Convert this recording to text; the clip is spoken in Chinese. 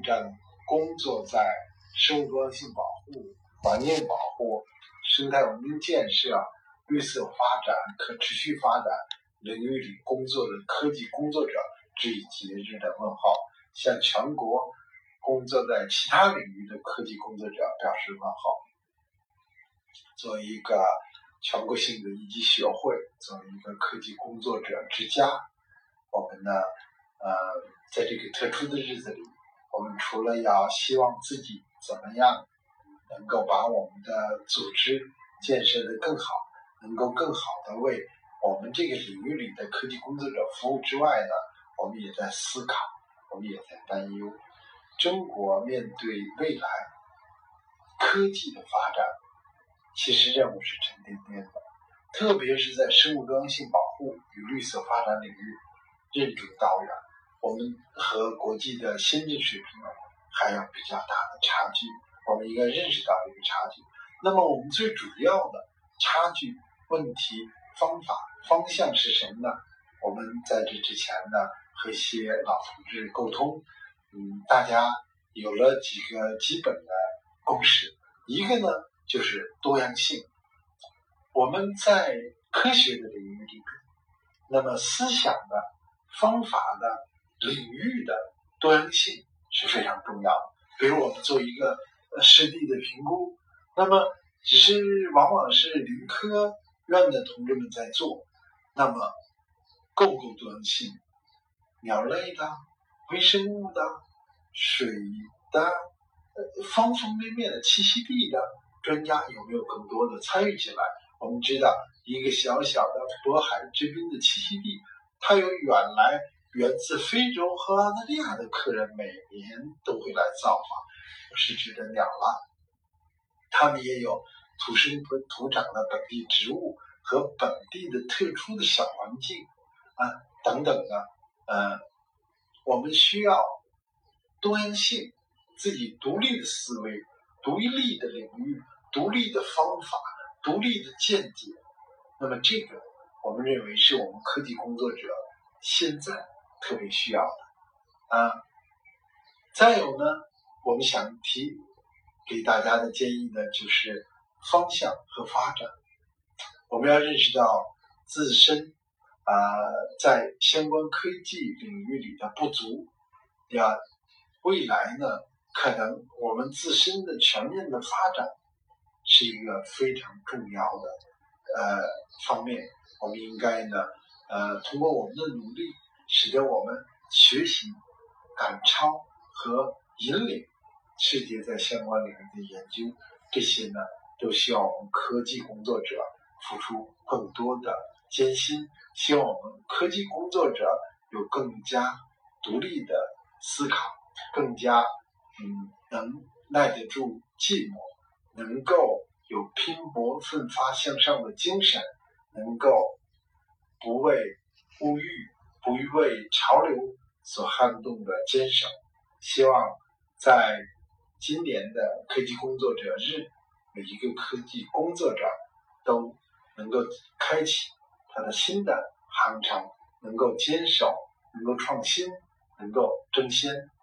工作在生物多样性保护、环境保护、生态文明建设、绿色发展、可持续发展领域里工作的科技工作者致以节日的问号，向全国工作在其他领域的科技工作者表示问号。作为一个全国性的一级学会，作为一个科技工作者之家，我们呢，在这个特殊的日子里，我们除了要希望自己怎么样能够把我们的组织建设得更好，能够更好的为我们这个领域里的科技工作者服务之外呢，我们也在思考，我们也在担忧，中国面对未来科技的发展，其实任务是沉甸甸的，特别是在生物多样性保护与绿色发展领域任重道远，我们和国际的先进水平还有比较大的差距，我们应该认识到这个差距。那么我们最主要的差距、问题、方法、方向是什么呢？我们在这之前呢，和一些老同志沟通，大家有了几个基本的共识。一个呢，就是多样性。我们在科学的领域里，那么思想的、方法的、领域的多样性是非常重要的。比如我们做一个湿地的评估，那么只是往往是林科院的同志们在做，那么够不够多样性？鸟类的、微生物的、水的、方方面面的栖息地的专家有没有更多的参与进来？我们知道一个小小的渤海之滨的栖息地，它有源自非洲和澳大利亚的客人每年都会来造访，我是指的鸟类，他们也有土生土长的本地植物和本地的特殊的小环境等等的，我们需要多样性，自己独立的思维、独立的领域、独立的方法、独立的见解。那么这个我们认为是我们科技工作者现在特别需要的再有呢，我们想提给大家的建议呢，就是方向和发展。我们要认识到自身在相关科技领域里的不足，未来呢，可能我们自身的全面的发展是一个非常重要的方面。我们应该呢，通过我们的努力，使得我们学习、赶超和引领世界在相关领域的研究，这些呢，都需要我们科技工作者付出更多的艰辛，希望我们科技工作者有更加独立的思考，更加能耐得住寂寞，能够有拼搏奋发向上的精神，能够不为物欲、不为潮流所撼动的坚守。希望在今年的科技工作者日，每一个科技工作者都能够开启他的新的航程，能够坚守，能够创新，能够争先。